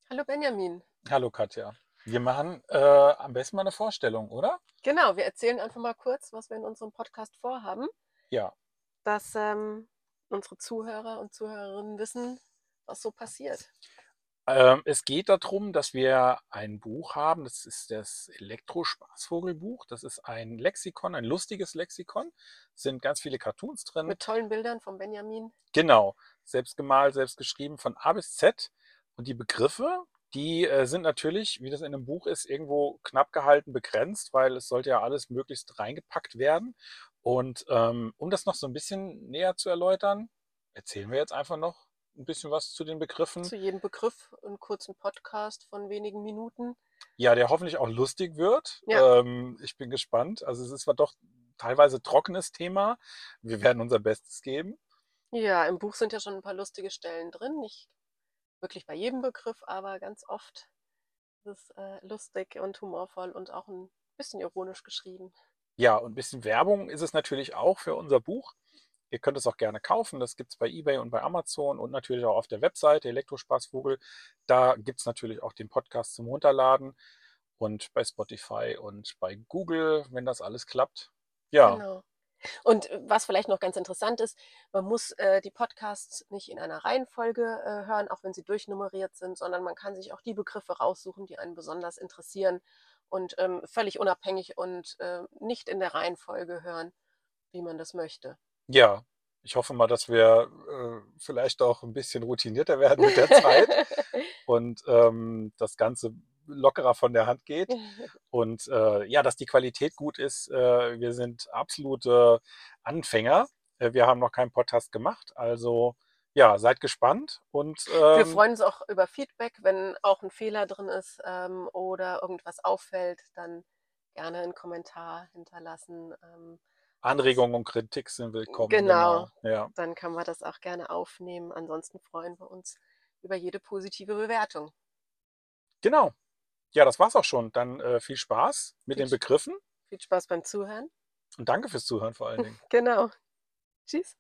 Hallo Benjamin. Hallo Katja. Wir machen am besten mal eine Vorstellung, oder? Genau, wir erzählen einfach mal kurz, was wir in unserem Podcast vorhaben, Ja. dass unsere Zuhörer und Zuhörerinnen wissen, was so passiert. Es geht darum, dass wir ein Buch haben. Das ist das Elektrospaßvogelbuch. Das ist ein Lexikon, ein lustiges Lexikon. Es sind ganz viele Cartoons drin. Mit tollen Bildern von Benjamin. Genau. Selbst gemalt, selbst geschrieben von A bis Z. Und die Begriffe, die sind natürlich, wie das in einem Buch ist, irgendwo knapp gehalten, begrenzt, weil es sollte ja alles möglichst reingepackt werden. Und um das noch so ein bisschen näher zu erläutern, erzählen wir jetzt einfach noch ein bisschen was zu den Begriffen. Zu jedem Begriff einen kurzen Podcast von wenigen Minuten. Ja, der hoffentlich auch lustig wird. Ja, Ich bin gespannt. Also es ist zwar doch teilweise trockenes Thema. Wir werden unser Bestes geben. ja, im Buch sind ja schon ein paar lustige Stellen drin. Nicht wirklich bei jedem Begriff, aber ganz oft ist es lustig und humorvoll und auch ein bisschen ironisch geschrieben. Ja, und ein bisschen Werbung ist es natürlich auch für unser Buch. Ihr könnt es auch gerne kaufen. Das gibt es bei eBay und bei Amazon und natürlich auch auf der Webseite Elektrospaßvogel. Da gibt es natürlich auch den Podcast zum Runterladen und bei Spotify und bei Google, wenn das alles klappt. Ja, Genau. Und was vielleicht noch ganz interessant ist, man muss die Podcasts nicht in einer Reihenfolge hören, auch wenn sie durchnummeriert sind, sondern man kann sich auch die Begriffe raussuchen, die einen besonders interessieren und völlig unabhängig und nicht in der Reihenfolge hören, wie man das möchte. ja. Ich hoffe mal, dass wir vielleicht auch ein bisschen routinierter werden mit der Zeit und das Ganze lockerer von der Hand geht. Und ja, dass die Qualität gut ist. Wir sind absolute Anfänger. Wir haben noch keinen Podcast gemacht. Also ja, seid gespannt. Und Wir freuen uns auch über Feedback, wenn auch ein Fehler drin ist oder irgendwas auffällt, dann gerne einen Kommentar hinterlassen. Das ist Anregungen und Kritik sind willkommen. genau, Genau. Ja, dann kann man das auch gerne aufnehmen. Ansonsten freuen wir uns über jede positive Bewertung. genau. Ja, das war's auch schon. Dann viel Spaß mit Viel, den Begriffen viel Spaß beim Zuhören. und danke fürs Zuhören vor allen Dingen. Genau. Tschüss.